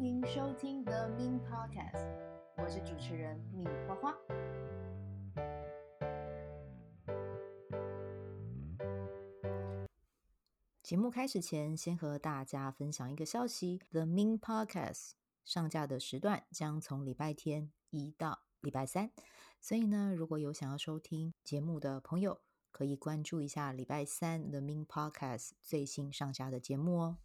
迎收听 The Min Podcast， 我是主持人敏花花。节目开始前，先和大家分享一个消息 ：The Min Podcast 上架的时段将从礼拜天1到礼拜3，所以呢，如果有想要收听节目的朋友，可以关注一下礼拜3 The Min Podcast 最新上架的节目哦。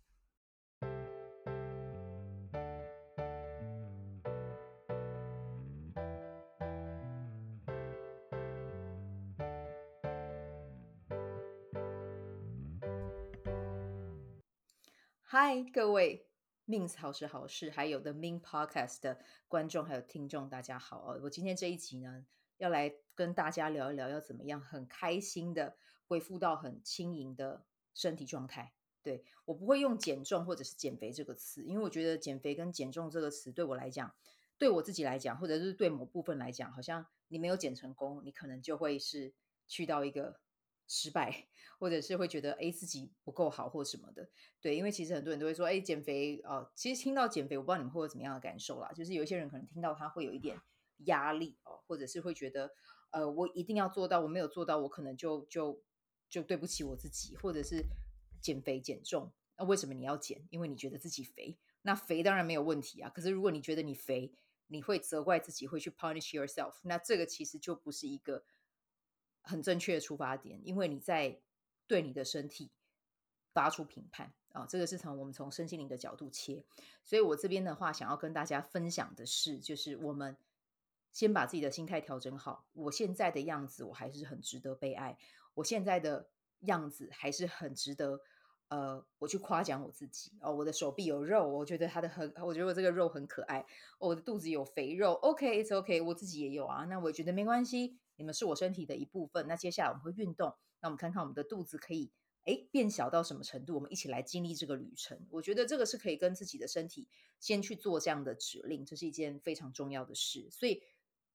嗨，各位 Mins 好时好事，还有 The Min Podcast 的观众还有听众，大家好哦！我今天这一集呢，要来跟大家聊一聊，要怎么样很开心的恢复到很轻盈的身体状态。对，我不会用减重或者是减肥这个词，因为我觉得减肥跟减重这个词对我来讲，对我自己来讲，或者是对某部分来讲，好像你没有减成功，你可能就会是去到一个失败，或者是会觉得自己不够好或什么的。对，因为其实很多人都会说，减肥其实听到减肥，我不知道你们会有怎么样的感受啦。就是有一些人可能听到他会有一点压力或者是会觉得，我一定要做到，我没有做到，我可能就对不起我自己，或者是减肥减重。那为什么你要减？因为你觉得自己肥。那肥当然没有问题啊，可是如果你觉得你肥，你会责怪自己，会去 punish yourself， 那这个其实就不是一个很正确的出发点，因为你在对你的身体发出评判啊，这个是我们从身心灵的角度切。所以我这边的话，想要跟大家分享的是，就是我们先把自己的心态调整好。我现在的样子，我还是很值得被爱。我现在的样子还是很值得，我去夸奖我自己哦。我的手臂有肉，我觉得我觉得我这个肉很可爱。我的肚子有肥肉 ，OK，it's OK，我自己也有啊。那我觉得没关系，你们是我身体的一部分。那接下来我们会运动，那我们看看我们的肚子可以变小到什么程度，我们一起来经历这个旅程。我觉得这个是可以跟自己的身体先去做这样的指令，这是一件非常重要的事。所以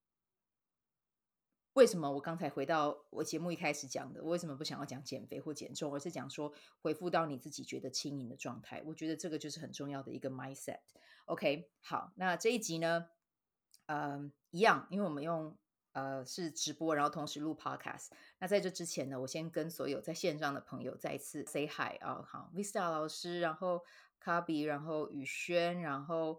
为什么我刚才回到我节目一开始讲的，我为什么不想要讲减肥或减重，而是讲说恢复到你自己觉得轻盈的状态？我觉得这个就是很重要的一个 mindset。OK， 好，那这一集呢，一样，因为我们用是直播，然后同时录 podcast。那在这之前呢，我先跟所有在线上的朋友再一次 say hi 啊，好 ，Vista 老师，然后 Kabi，然后宇轩，然后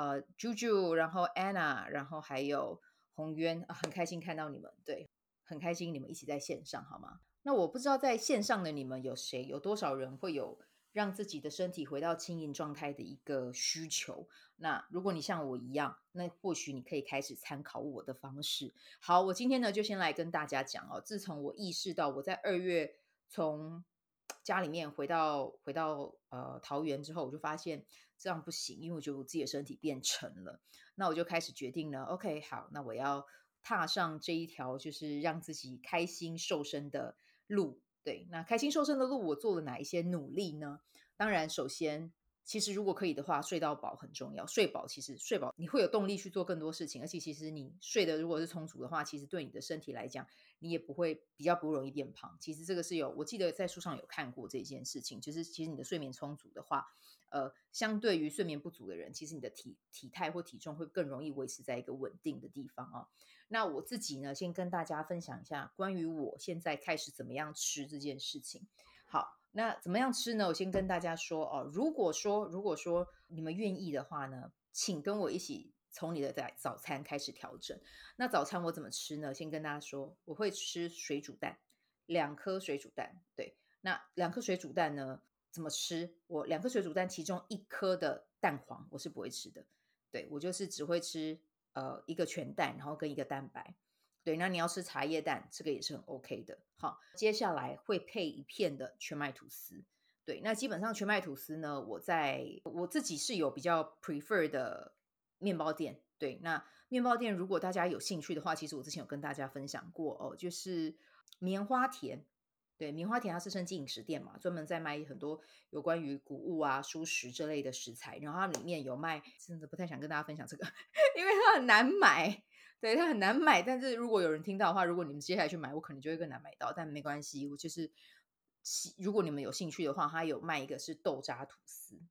Juju，然后 Anna，然后还有宏渊很开心看到你们，对，很开心你们一起在线上，好吗？那我不知道在线上的你们有多少人会有让自己的身体回到轻盈状态的一个需求。那如果你像我一样，那或许你可以开始参考我的方式。好，我今天呢就先来跟大家讲自从我意识到我在2月从家里面回到桃园之后，我就发现这样不行，因为我觉得我自己的身体变沉了。那我就开始决定了 OK， 好，那我要踏上这一条就是让自己开心瘦身的路。对，那开心瘦身的路，我做了哪一些努力呢？当然，首先，其实如果可以的话，睡到饱很重要。其实睡饱你会有动力去做更多事情，而且其实你睡的如果是充足的话，其实对你的身体来讲，你也不会比较不容易变胖。其实这个是我记得在书上有看过这件事情，就是其实你的睡眠充足的话，相对于睡眠不足的人，其实你的体态或体重会更容易维持在一个稳定的地方哦。那我自己呢，先跟大家分享一下关于我现在开始怎么样吃这件事情。好，那怎么样吃呢？我先跟大家说如果说你们愿意的话呢，请跟我一起从你的早餐开始调整。那早餐我怎么吃呢？先跟大家说，我会吃水煮蛋，2颗水煮蛋。对，那2颗水煮蛋呢，怎么吃？我2颗水煮蛋，其中1颗的蛋黄我是不会吃的。对，我就是只会吃一个全蛋，然后跟一个蛋白。对，那你要吃茶叶蛋，这个也是很 OK 的。好，接下来会配1片的全麦吐司。对，那基本上全麦吐司呢，我自己是有比较 prefer 的面包店。对，那面包店如果大家有兴趣的话，其实我之前有跟大家分享过就是棉花田。对，棉花田它是生机饮食店嘛，专门在卖很多有关于谷物啊、蔬食这类的食材，然后它里面有卖，真的不太想跟大家分享这个，因为它很难买。对，它很难买，但是如果有人听到的话，如果你们接下来去买，我可能就会更难买到，但没关系，我就是如果你们有兴趣的话，它有卖一个是豆渣吐司。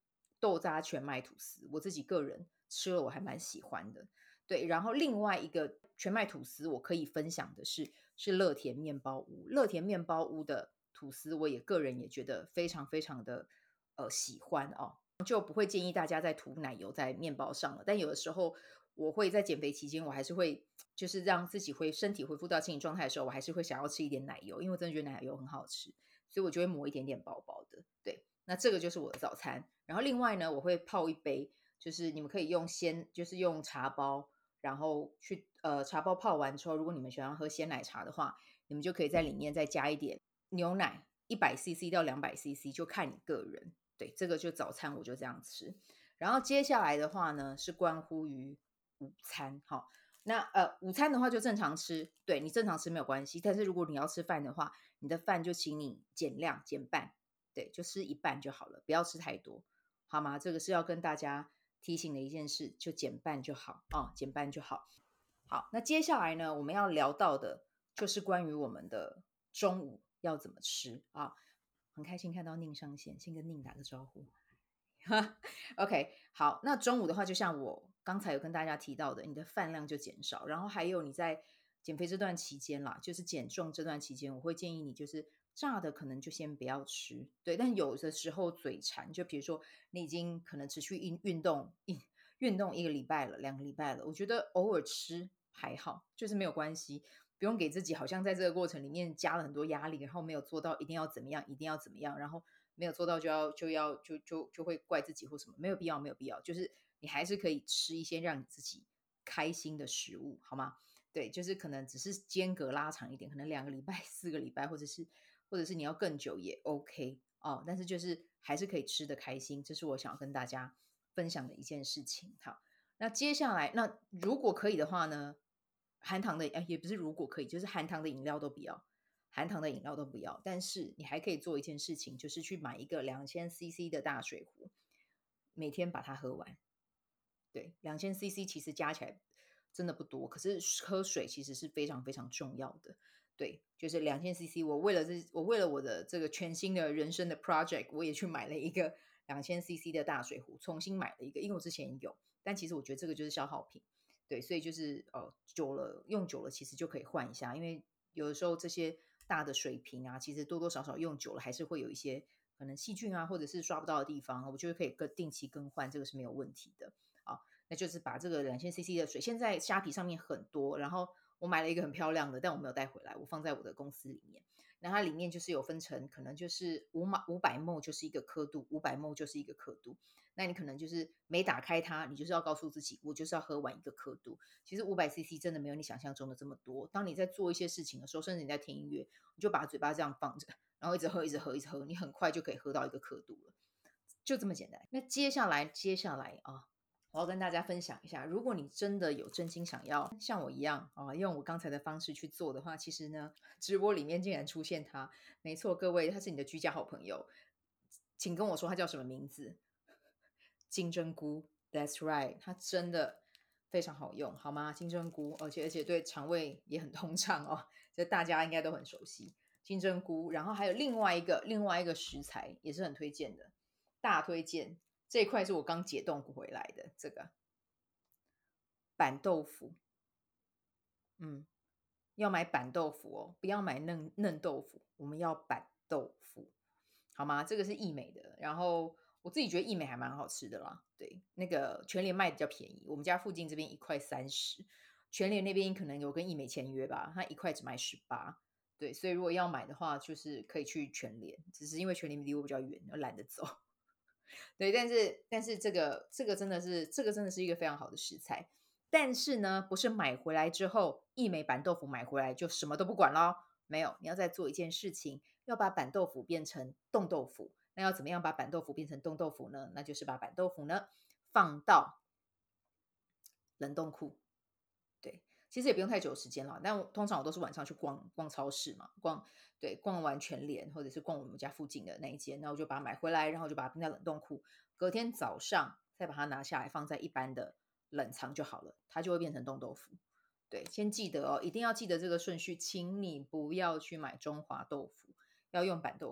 豆渣全麦吐司，我自己个人吃了我还蛮喜欢的。对，然后另外一个全麦吐司我可以分享的是乐甜面包屋，乐甜面包屋的吐司我也个人也觉得非常非常的喜欢哦，就不会建议大家再涂奶油在面包上了。但有的时候我会在减肥期间，我还是会就是让自己身体恢复到轻盈状态的时候，我还是会想要吃一点奶油，因为我真的觉得奶油很好吃，所以我就会抹一点点薄薄的。对，那这个就是我的早餐。然后另外呢，我会泡一杯，就是你们可以就是用茶包，然后去茶包泡完之后，如果你们喜欢喝鲜奶茶的话，你们就可以在里面再加一点牛奶，100cc 到200cc，就看你个人。对，这个就早餐我就这样吃。然后接下来的话呢，是关乎于午餐。好，那午餐的话就正常吃，对你正常吃没有关系。但是如果你要吃饭的话，你的饭就请你减量减半，对，就吃一半就好了，不要吃太多，好吗？这个是要跟大家提醒的一件事，就减半就好啊，减半就好。好，那接下来呢，我们要聊到的就是关于我们的中午要怎么吃啊。很开心看到宁上线，先跟宁打个招呼。OK，好，那中午的话，就像我刚才有跟大家提到的，你的饭量就减少，然后还有你在减肥这段期间啦，就是减重这段期间，我会建议你就是炸的可能就先不要吃，对，但有的时候嘴馋，就比如说你已经可能持续运动一个礼拜了，2个礼拜了，我觉得偶尔吃还好，就是没有关系。不用给自己好像在这个过程里面加了很多压力，然后没有做到一定要怎么样，一定要怎么样，然后没有做到就会怪自己或什么，没有必要，没有必要，就是你还是可以吃一些让你自己开心的食物，好吗？对，就是可能只是间隔拉长一点，可能2个礼拜、4个礼拜，或者是你要更久也 OK 哦，但是就是还是可以吃的开心，这是我想要跟大家分享的一件事情。好，那接下来，那如果可以的话呢，含糖的也不是如果可以，就是含糖的饮料都不要，含糖的饮料都不要。但是你还可以做一件事情，就是去买一个2000cc 的大水壶，每天把它喝完。对，2000cc 其实加起来真的不多，可是喝水其实是非常非常重要的。对，就是2000cc，我为了我的这个全新的人生的 project，我也去买了一个2000cc 的大水壶，重新买了一个，因为我之前有，但其实我觉得这个就是消耗品。对，所以就是用久了其实就可以换一下，因为有的时候这些大的水瓶啊，其实多多少少用久了还是会有一些可能细菌啊，或者是刷不到的地方，我觉得可以定期更换，这个是没有问题的。好，那就是把这个2000cc 的水，现在虾皮上面很多，然后我买了一个很漂亮的，但我没有带回来，我放在我的公司里面。那它里面就是有分成，可能就是500ml 就是一个刻度，500ml 就是一个刻度。那你可能就是每打开它，你就是要告诉自己，我就是要喝完一个刻度。其实500cc 真的没有你想象中的这么多。当你在做一些事情的时候，甚至你在听音乐，你就把嘴巴这样放着，然后一直喝，一直喝，一直喝，你很快就可以喝到一个刻度了，就这么简单。那接下来啊，我要跟大家分享一下，如果你真的有真心想要像我一样啊，用我刚才的方式去做的话，其实呢，直播里面竟然出现他，没错，各位，他是你的居家好朋友，请跟我说他叫什么名字？金针菇，That's right，它真的非常好用，好吗？金针菇，而且对肠胃也很通畅哦，这大家应该都很熟悉金针菇。然后还有另外一个食材也是很推荐的，大推荐，这一块是我刚解冻回来的，这个板豆腐，嗯，要买板豆腐哦，不要买嫩豆腐，我们要板豆腐，好吗？这个是益美的，然后我自己觉得益美还蛮好吃的啦。对，那个全联卖的比较便宜，我们家附近这边1块30，全联那边可能有跟益美签约吧，它一块只卖18。对，所以如果要买的话，就是可以去全联，只是因为全联离我比较远，我懒得走。对，但是这个真的是一个非常好的食材。但是呢，不是买回来之后，一枚板豆腐买回来就什么都不管咯，没有，你要再做一件事情，要把板豆腐变成冻豆腐。那要怎么样把板豆腐变成冻豆腐呢？那就是把板豆腐呢放到冷冻库。对，其实也不用太久的时间了，但通常我都是晚上去逛逛超市嘛，逛完全联或者是逛我们家附近的那一间，那我就把它买回来，然后就把它冰在冷冻库，隔天早上再把它拿下来放在一般的冷藏就好了，它就会变成冻豆腐。对，先记得哦，一定要记得这个顺序，请你不要去买中华豆腐，要用板豆腐，好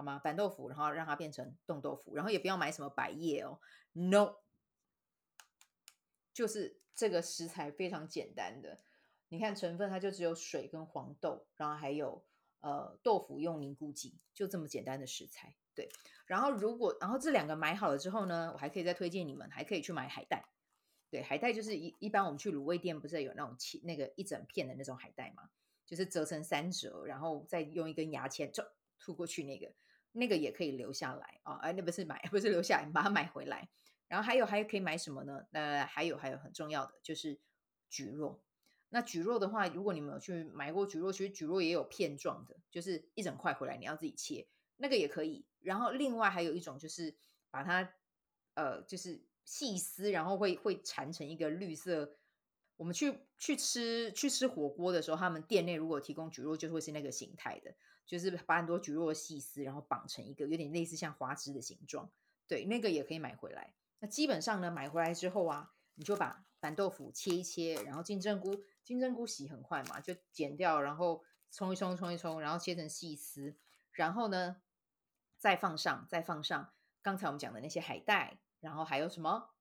好吗？板豆腐，然后让它变成冻豆腐，然后也不要买什么百叶哦，no，就是这个食材非常简单的，你看成分它就只有水跟黄豆，然后还有豆腐用凝固剂，就这么简单的食材。对，然后这两个买好了之后呢，我还可以再推荐你们，还可以去买海带。对，海带就是一般我们去卤味店不是有那种那个一整片的那种海带吗？就是折成3折，然后再用一根牙签吐过去那个也可以留下来啊，那不是买，不是留下来，你把它买回来。然后还可以买什么呢？还有很重要的就是蒟蒻。那蒟蒻的话，如果你们有去买过蒟蒻，其实蒟蒻也有片状的，就是一整块回来你要自己切，那个也可以。然后另外还有一种就是把它就是细丝，然后会缠成一个绿色。我们去吃火锅的时候，他们店内如果提供蒟蒻，就会是那个形态的，就是把很多蒟蒻的细丝，然后绑成一个有点类似像花枝的形状。对，那个也可以买回来。那基本上呢，买回来之后啊，你就把板豆腐切一切，然后金针菇洗很快嘛，就剪掉，然后冲一冲，冲一冲，然后切成细丝，然后呢，再放上刚才我们讲的那些海带，然后还有什么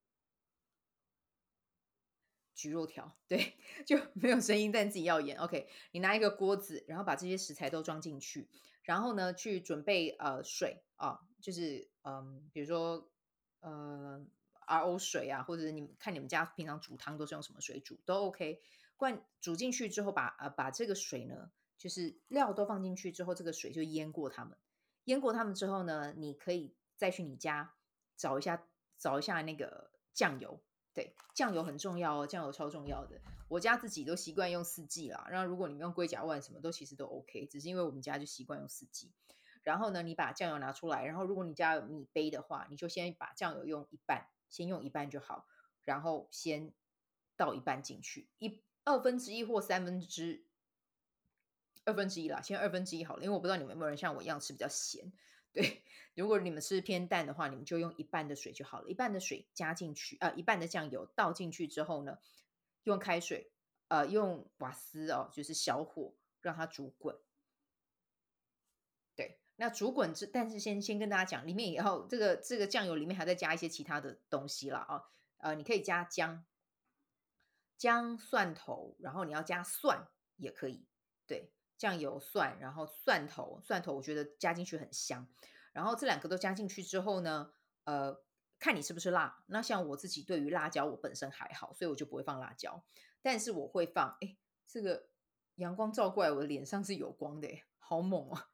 蒟蒻条，对，就没有声音，但自己要演。OK，你拿一个锅子，然后把这些食材都装进去，然后呢，去准备水啊，就是比如说RO 水啊，或者是你们家平常煮汤都是用什么水煮都 OK。煮进去之后把这个水呢，就是料都放进去之后，这个水就淹过它们之后呢，你可以再去你家找一下那个酱油。对，酱油很重要哦，酱油超重要的。我家自己都习惯用4季啦，然后如果你们用龟甲万什么都其实都 OK，只是因为我们家就习惯用4季。然后呢，你把酱油拿出来，然后如果你家有米杯的话，你就先把酱油用一半，先用一半就好，然后先倒一半进去，2分之一或2分之一啦，先1/2好了，因为我不知道你们有没有人像我一样吃比较咸。对，如果你们吃偏淡的话，你们就用一半的水就好了，一半的水加进去，一半的酱油倒进去之后呢，用开水，用瓦斯哦，就是小火让它煮滚。对，那煮滚但是先跟大家讲，里面也要这个酱油里面还在加一些其他的东西啦啊，你可以加姜、蒜头，然后你要加蒜也可以。对，酱油、蒜，然后蒜头我觉得加进去很香。然后这两个都加进去之后呢，看你是不是辣。那像我自己对于辣椒我本身还好，所以我就不会放辣椒，但是我会放。哎，这个阳光照过来，我的脸上是有光的，诶好猛哦！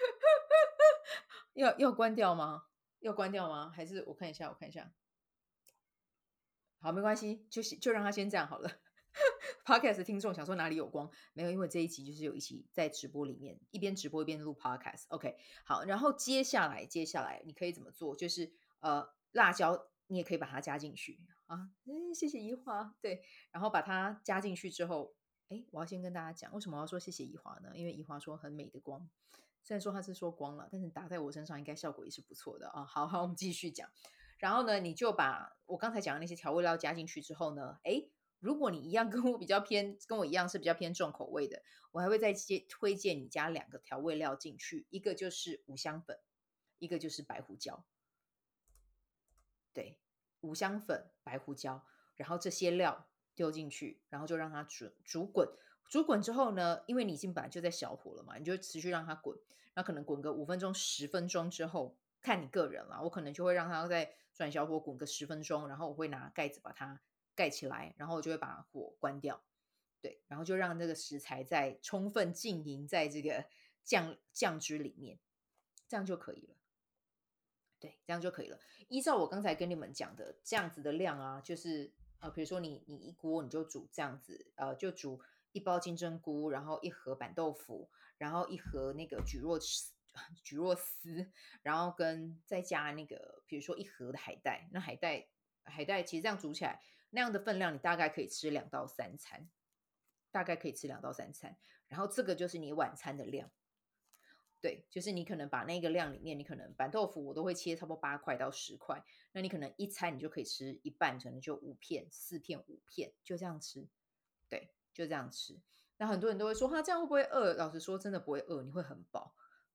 要关掉吗？要关掉吗？还是我看一下，我看一下。好，没关系，就让他先这样好了。Podcast 听众想说哪里有光？没有，因为这一集就是有一起在直播里面，一边直播一边录 Podcast。OK，好，然后接下来你可以怎么做？就是辣椒你也可以把它加进去啊。谢谢怡华。对，然后把它加进去之后，我要先跟大家讲，为什么我要说谢谢怡华呢？因为怡华说很美的光，虽然说他是说光了，但是打在我身上应该效果也是不错的啊。好好，我们继续讲。然后呢，你就把我刚才讲的那些调味料加进去之后呢，如果你一样跟我一样是比较偏重口味的，我还会再推荐你加2个调味料进去，一个就是五香粉，一个就是白胡椒。对，五香粉、白胡椒，然后这些料丢进去，然后就让它煮滚。煮滚之后呢，因为你已经本来就在小火了嘛，你就持续让它滚。那可能滚个5分钟、10分钟之后，看你个人啦。我可能就会让它再转小火滚个10分钟，然后我会拿盖子把它盖起来，然后我就会把火关掉。对，然后就让这个食材再充分浸淫在这个酱汁里面，这样就可以了。对，这样就可以了。依照我刚才跟你们讲的这样子的量啊，就是比如说你一锅你就煮这样子，就煮1包金针菇，然后1盒板豆腐，然后1盒那个蒟蒻丝，然后再加那个比如说1盒的海带。那海带其实这样煮起来那样的分量，你大概可以吃2到3餐，大概可以吃2到3餐。然后这个就是你晚餐的量。对，就是你可能把那个量里面，你可能板豆腐我都会切差不多8块到10块，那你可能一餐你就可以吃一半，可能就5片、4片、5片，就这样吃。对，就这样吃。那很多人都会说，这样会不会饿？老实说，真的不会饿，你会很饱。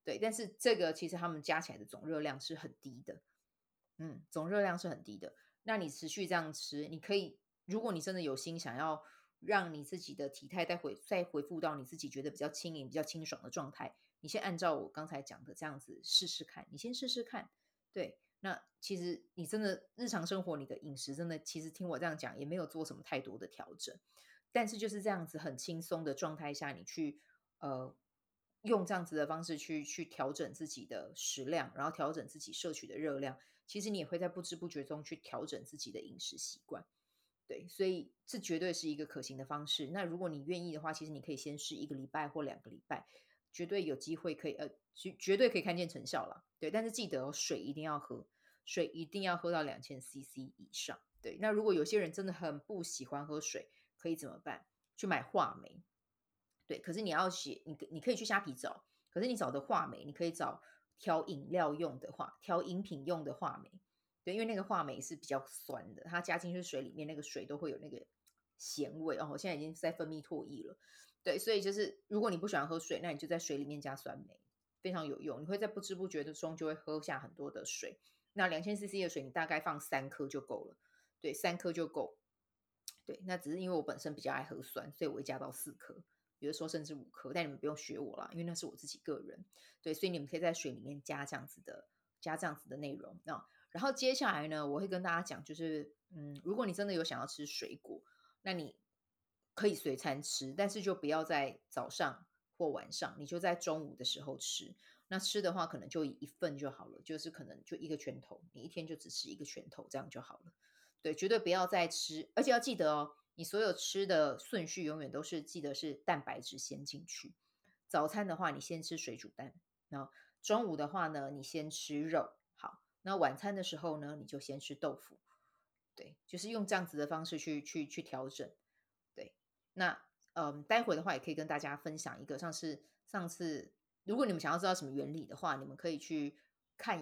对，但是这个其实他们加起来的总热量是很低的，总热量是很低的。那你持续这样吃，你可以，如果你真的有心想要让你自己的体态再恢复到你自己觉得比较轻盈、比较清爽的状态，你先按照我刚才讲的这样子试试看，你先试试看。对，那其实你真的日常生活，你的饮食真的，其实听我这样讲，也没有做什么太多的调整，但是就是这样子很轻松的状态下，你去呃用这样子的方式去调整自己的食量，然后调整自己摄取的热量，其实你也会在不知不觉中去调整自己的饮食习惯。对，所以这绝对是一个可行的方式。那如果你愿意的话，其实你可以先试1个礼拜或2个礼拜，绝对有机会可以绝对可以看见成效了。对，但是记得哦，水一定要喝，水一定要喝到2000 CC 以上。对，那如果有些人真的很不喜欢喝水，可以怎么办？去买话梅。对，可是你要写，你可以去虾皮找，可是你找的话梅，你可以找调饮料用的话，调饮品用的话梅。对，因为那个话梅是比较酸的，它加进去水里面，那个水都会有那个咸味哦。我现在已经在分泌唾液了，对，所以就是如果你不喜欢喝水，那你就在水里面加酸梅，非常有用。你会在不知不觉的中就会喝下很多的水。那2000 CC 的水，你大概放3颗就够了，对，3颗就够。对，那只是因为我本身比较爱喝酸，所以我会加到4颗。有的时候甚至5颗，但你们不用学我啦，因为那是我自己个人。对，所以你们可以在水里面加这样子的内容。然后接下来呢，我会跟大家讲，就是如果你真的有想要吃水果，那你可以随餐吃，但是就不要在早上或晚上，你就在中午的时候吃。那吃的话，可能就一份就好了，就是可能就一个拳头，你一天就只吃一个拳头，这样就好了。对，绝对不要再吃，而且要记得哦，你所有吃的顺序永远都是记得是蛋白质先进去。早餐的话，你先吃水煮蛋；那中午的话呢，你先吃肉。好，那晚餐的时候呢，你就先吃豆腐。对，就是用这样子的方式去调整。对，那待会的话也可以跟大家分享一个，上次如果你们想要知道什么原理的话，你们可以去看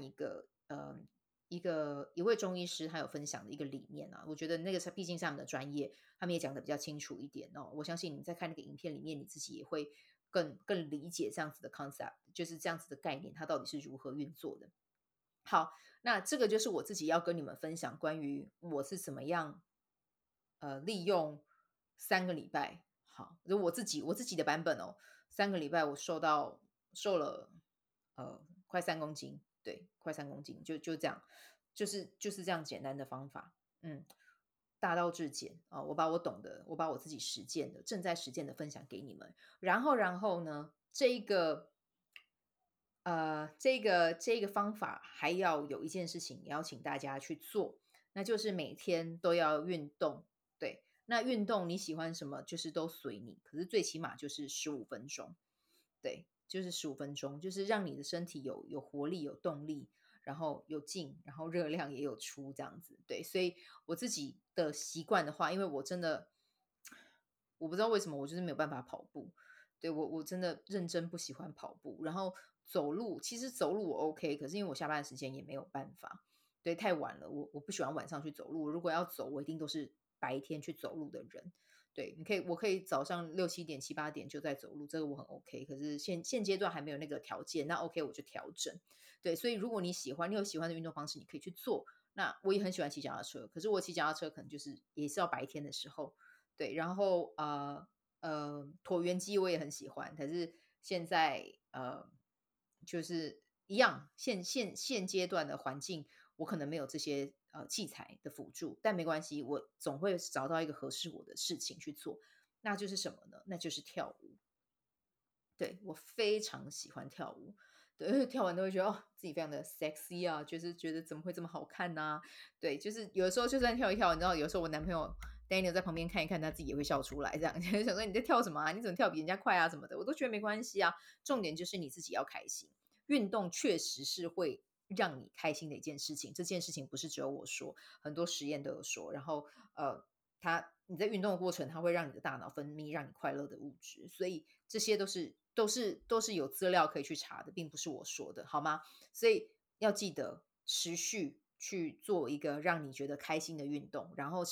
一位中医师他有分享的一个理念啊，我觉得那个是毕竟是他们的专业，他们也讲的比较清楚一点哦。我相信你们在看那个影片里面，你自己也会更理解这样子的 concept，就是这样子的概念，它到底是如何运作的。好，那这个就是我自己要跟你们分享关于我是怎么样利用3个礼拜。好，就我自己的版本哦，3个礼拜我瘦了快3公斤，对，快3公斤，就这样，就是这样简单的方法。大道至简啊，我把我懂的，我把我自己实践的正在实践的分享给你们。然后呢，这个方法还要有一件事情也要请大家去做，那就是每天都要运动。对，那运动你喜欢什么，就是都随你，可是最起码就是15分钟。对，就是15分钟，就是让你的身体有活力、有动力，然后有进，然后热量也有出，这样子。对，所以我自己的习惯的话，因为我真的我不知道为什么，我就是没有办法跑步。对，我真的认真不喜欢跑步，然后走路，其实走路我 OK，可是因为我下班的时间也没有办法。对，太晚了，我不喜欢晚上去走路，如果要走，我一定都是白天去走路的人。对，我可以早上6、7点、7、8点就在走路，这个我很 OK。可是现阶段还没有那个条件，那 OK 我就调整。对，所以如果你有喜欢的运动方式，你可以去做。那我也很喜欢骑脚踏车，可是我骑脚踏车可能就是也是要白天的时候。对，然后椭圆机我也很喜欢，可是现在就是一样，现阶段的环境，我可能没有这些器材的辅助，但没关系，我总会找到一个合适我的事情去做。那就是什么呢？那就是跳舞。对，我非常喜欢跳舞。对，因为跳完都会觉得哦，自己非常的 sexy 啊，就是觉得怎么会这么好看呢、对，就是有的时候就算跳一跳，你知道，有时候我男朋友 Daniel 在旁边看一看，他自己也会笑出来，这样就想说你在跳什么啊？你怎么跳比人家快啊什么的，我都觉得没关系啊。重点就是你自己要开心，运动确实是会让你开心的一件事情。这件事情不是只有我说，很多实验都有说。然后你在运动的过程，它会让你的大脑分泌让你快乐的物质，所以这些都是有资料可以去查的，并不是我说的，好吗？所以要记得持续去做一个让你觉得开心的运动，然后是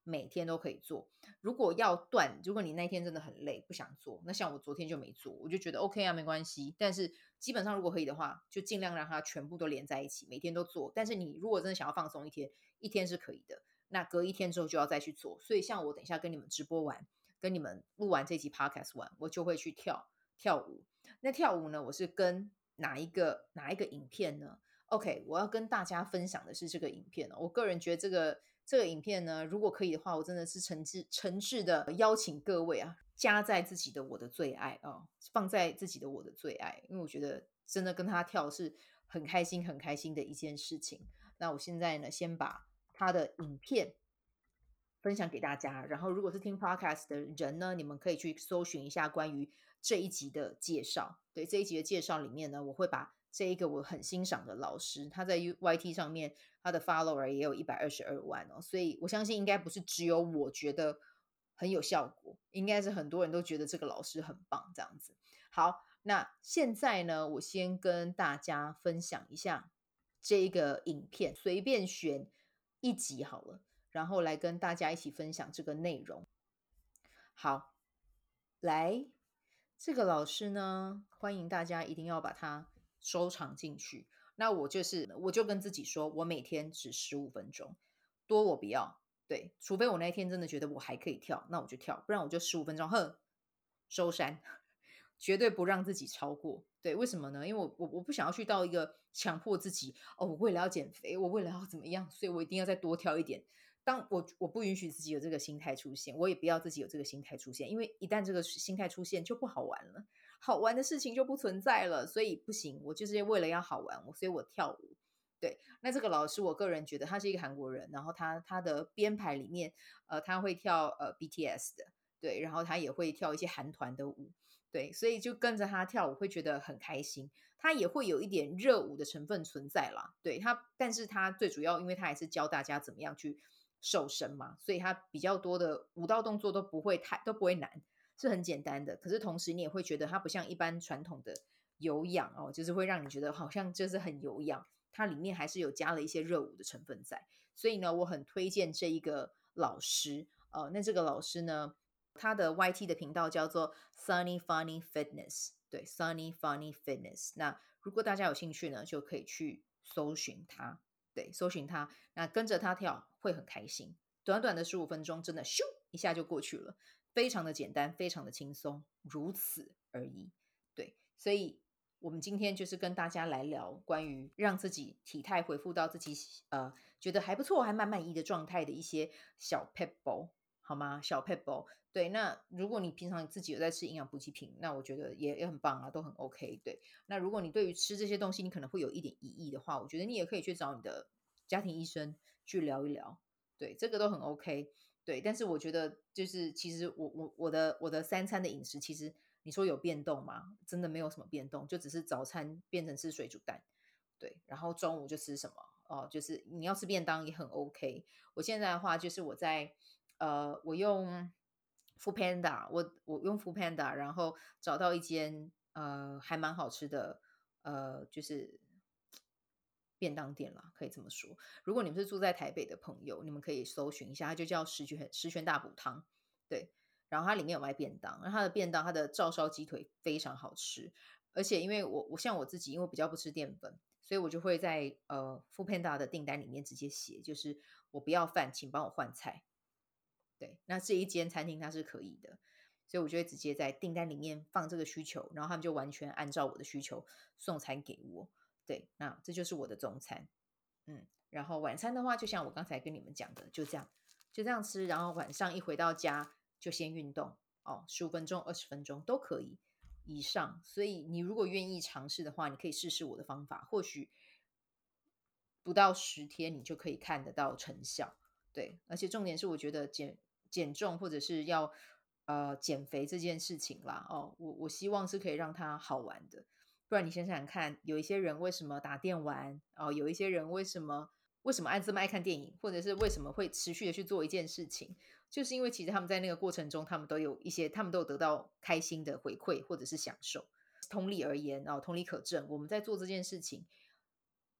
每天都可以做。如果要断，如果你那天真的很累不想做，那像我昨天就没做，我就觉得 OK 啊，没关系。但是基本上如果可以的话，就尽量让它全部都连在一起，每天都做。但是你如果真的想要放松一天，一天是可以的，那隔一天之后就要再去做。所以像我等一下跟你们直播完，跟你们录完这集 podcast 完，我就会去跳舞。那跳舞呢，我是跟哪一个影片呢？OK，我要跟大家分享的是这个影片哦。我个人觉得这个影片呢，如果可以的话，我真的是诚挚的邀请各位啊，加在自己的我的最爱哦，放在自己的我的最爱，因为我觉得真的跟他跳是很开心很开心的一件事情。那我现在呢，先把他的影片分享给大家。然后，如果是听 podcast 的人呢，你们可以去搜寻一下关于这一集的介绍。对，这一集的介绍里面呢，我会把这一个我很欣赏的老师，他在 YT 上面他的 follower 也有122万哦，所以我相信应该不是只有我觉得很有效果，应该是很多人都觉得这个老师很棒这样子。好，那现在呢，我先跟大家分享一下这一个影片，随便选一集好了。然后来跟大家一起分享这个内容。好，来，这个老师呢，欢迎大家一定要把它收藏进去。那我就跟自己说，我每天只15分钟，多我不要。对，除非我那一天真的觉得我还可以跳，那我就跳，不然我就15分钟，收山，绝对不让自己超过。对，为什么呢？因为我不想要去到一个强迫自己哦，我为了要减肥，我为了要怎么样，所以我一定要再多跳一点。当我不允许自己有这个心态出现，我也不要自己有这个心态出现，因为一旦这个心态出现就不好玩了，好玩的事情就不存在了，所以不行。我就是为了要好玩，所以我跳舞。对，那这个老师，我个人觉得他是一个韩国人，然后他的编排里面，他会跳BTS 的，对，然后他也会跳一些韩团的舞，对，所以就跟着他跳舞会觉得很开心。他也会有一点热舞的成分存在啦，对他，但是他最主要，因为他还是教大家怎么样去瘦身嘛，所以他比较多的舞蹈动作都不会难，是很简单的。可是同时你也会觉得它不像一般传统的有氧哦，就是会让你觉得好像就是很有氧，它里面还是有加了一些热舞的成分在。所以呢，我很推荐这一个老师。那这个老师呢，他的 YT 的频道叫做 Sunny Funny Fitness，对，Sunny Funny Fitness。那如果大家有兴趣呢，就可以去搜寻他，对，搜寻他，那跟着他跳会很开心。短短的15分钟，真的咻一下就过去了，非常的简单，非常的轻松，如此而已。对，所以我们今天就是跟大家来聊关于让自己体态恢复到自己觉得还不错、还蛮满意的状态的一些小 pebble，好吗？小 pebble。对，那如果你平常自己有在吃营养补给品，那我觉得也很棒啊，都很 OK。对，那如果你对于吃这些东西你可能会有一点疑义的话，我觉得你也可以去找你的家庭医生去聊一聊。对，这个都很 OK。对，但是我觉得就是其实我的3餐的饮食，其实你说有变动吗？真的没有什么变动，就只是早餐变成吃水煮蛋，对，然后中午就吃什么哦，就是你要吃便当也很 OK。我现在的话就是我用 Foodpanda，我用 Foodpanda，然后找到一间还蛮好吃的就是便当店啦，可以这么说。如果你们是住在台北的朋友，你们可以搜寻一下，它就叫十全大补汤，对。然后它里面有卖便当，然后它的便当它的照烧鸡腿非常好吃，而且因为我像我自己，因为我比较不吃淀粉，所以我就会在Foodpanda 的订单里面直接写，就是我不要饭，请帮我换菜。对，那这一间餐厅它是可以的，所以我就会直接在订单里面放这个需求，然后他们就完全按照我的需求送餐给我。对，那这就是我的中餐。然后晚餐的话，就像我刚才跟你们讲的，就这样吃，然后晚上一回到家就先运动哦，15分钟、20分钟都可以以上。所以你如果愿意尝试的话，你可以试试我的方法，或许不到10天你就可以看得到成效。对，而且重点是我觉得减重或者是要减肥这件事情啦，哦，我希望是可以让它好玩的。不然你想想看，有一些人为什么打电玩哦，有一些人为什么这么爱看电影，或者是为什么会持续的去做一件事情，就是因为其实他们在那个过程中，他们都有得到开心的回馈或者是享受。同理而言哦，同理可证，我们在做这件事情，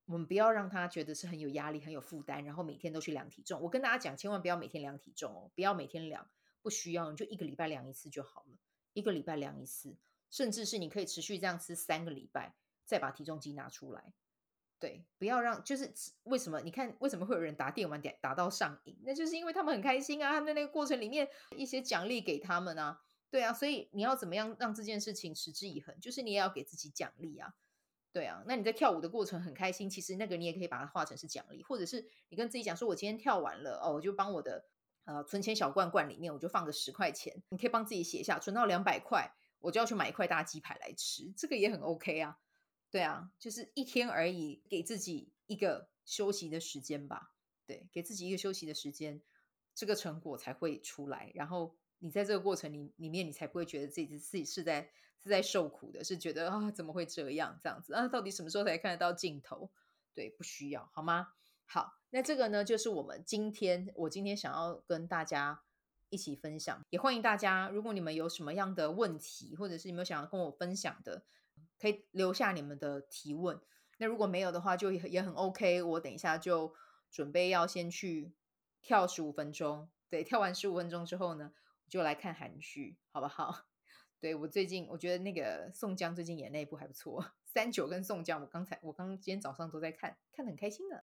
我们不要让他觉得是很有压力、很有负担，然后每天都去量体重。我跟大家讲，千万不要每天量体重哦，不要每天量，不需要，你就一个礼拜量一次就好了，一个礼拜量一次，甚至是你可以持续这样吃3个礼拜，再把体重机拿出来。对，不要让就是为什么你看为什么会有人打电玩打到上瘾？那就是因为他们很开心啊，他们在那个过程里面一些奖励给他们啊，对啊，所以你要怎么样让这件事情持之以恒？就是你也要给自己奖励啊。对啊，那你在跳舞的过程很开心，其实那个你也可以把它化成是奖励，或者是你跟自己讲说，我今天跳完了哦，我就帮我的存钱小罐罐里面，我就放个10块钱，你可以帮自己写一下，存到200块，我就要去买一块大鸡排来吃，这个也很 OK 啊。对啊，就是一天而已，给自己一个休息的时间吧。对，给自己一个休息的时间，这个成果才会出来。然后你在这个过程里面，你才不会觉得自己是在受苦的，是觉得啊怎么会这样这样子啊？到底什么时候才看得到尽头？对，不需要好吗？好，那这个呢，就是我今天想要跟大家一起分享，也欢迎大家，如果你们有什么样的问题，或者是你们想要跟我分享的，可以留下你们的提问。那如果没有的话，就也很 OK。我等一下就准备要先去跳15分钟，对，跳完15分钟之后呢，我就来看韩剧，好不好？对，我觉得那个宋江最近演那一部还不错，39跟宋江，我刚今天早上都在看，看得很开心呢。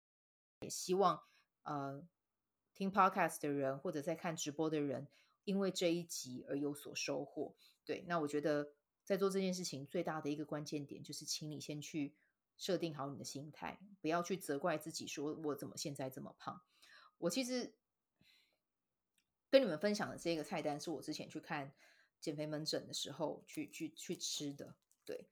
听 podcast 的人或者在看直播的人，因为这一集而有所收获。对，那我觉得在做这件事情最大的一个关键点，就是请你先去设定好你的心态，不要去责怪自己，说我怎么现在这么胖。我其实跟你们分享的这个菜单，是我之前去看减肥门诊的时候去吃的。对，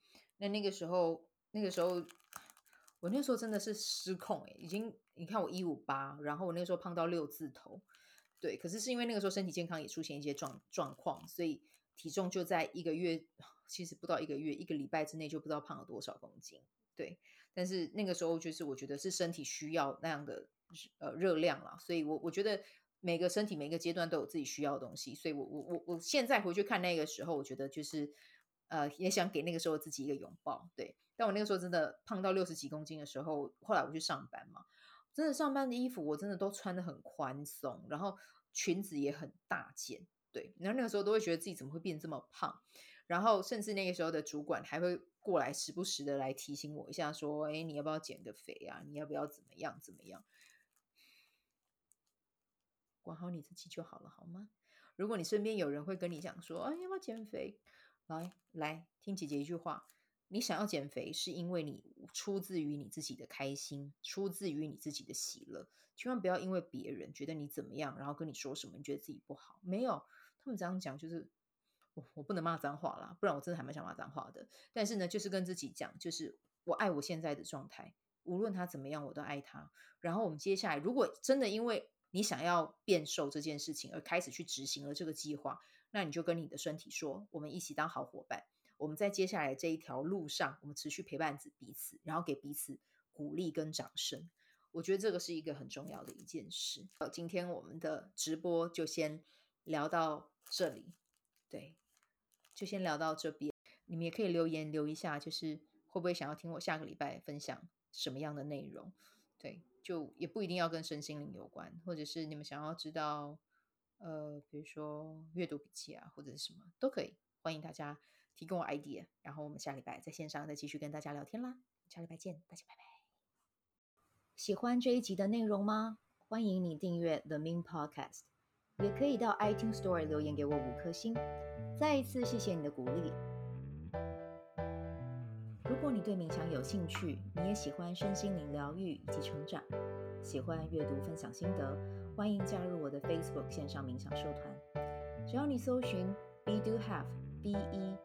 那个时候我那时候真的是失控已经你看我158，然后我那个时候胖到6字头。对，可是因为那个时候身体健康也出现一些状况，所以体重就在一个月，其实不到一个月，一个礼拜之内就不知道胖了多少公斤。对，但是那个时候就是我觉得是身体需要那样的热量啦，所以我觉得每个身体每个阶段都有自己需要的东西，所以我现在回去看那个时候，我觉得就是也想给那个时候自己一个拥抱。对，但我那个时候真的胖到60几公斤的时候，后来我去上班嘛，真的上班的衣服我真的都穿的很宽松，然后裙子也很大件。对，然后那个时候都会觉得自己怎么会变这么胖，然后甚至那个时候的主管还会过来时不时的来提醒我一下，说：“哎，你要不要减个肥啊？你要不要怎么样怎么样？”管好你自己就好了，好吗？如果你身边有人会跟你讲说：“哎，要不要减肥？”来，听姐姐一句话，你想要减肥是因为你出自于你自己的开心，出自于你自己的喜乐，千万不要因为别人觉得你怎么样，然后跟你说什么，你觉得自己不好。没有，他们这样讲就是我不能骂脏话啦，不然我真的还蛮想骂脏话的。但是呢，就是跟自己讲，就是我爱我现在的状态，无论他怎么样，我都爱他。然后我们接下来，如果真的因为你想要变瘦这件事情而开始去执行了这个计划，那你就跟你的身体说，我们一起当好伙伴。我们在接下来这一条路上，我们持续陪伴彼此，然后给彼此鼓励跟掌声。我觉得这个是一个很重要的一件事。今天我们的直播就先聊到这里，对，就先聊到这边。你们也可以留言留一下，就是会不会想要听我下个礼拜分享什么样的内容？对，就也不一定要跟身心灵有关，或者是你们想要知道，比如说阅读笔记啊，或者是什么都可以，欢迎大家提供我 idea，然后我们下礼拜在线上再继续跟大家聊天啦。下礼拜见，大家拜拜。喜欢这一集的内容吗？欢迎你订阅 The Min Podcast，也可以到 iTunes Store 留言给我5颗星。再一次谢谢你的鼓励。如果你对冥想有兴趣，你也喜欢身心灵疗愈以及成长，喜欢阅读分享心得，欢迎加入我的 Facebook 线上冥想社团。只要你搜寻 Be Do Have BE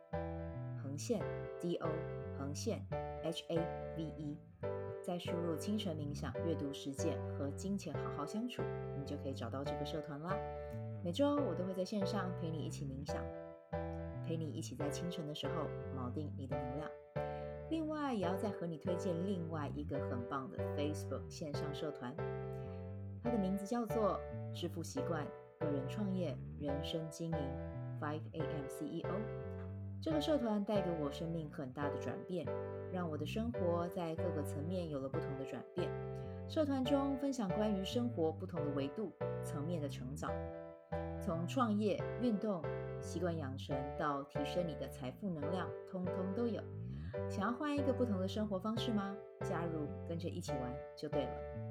DO HAVE，再输入清晨冥想、阅读实践和金钱好好相处，你就可以找到这个社团啦。每周我都会在线上陪你一起冥想，陪你一起在清晨的时候锚定你的能量。另外也要再和你推荐另外一个很棒的 Facebook 线上社团，它的名字叫做致富习惯个人创业人生经营 5am CEO。 这个社团带给我生命很大的转变，让我的生活在各个层面有了不同的转变。社团中分享关于生活不同的维度、层面的成长，从创业、运动、习惯养成到提升你的财富能量，通通都有。想要换一个不同的生活方式吗？加入，跟着一起玩就对了。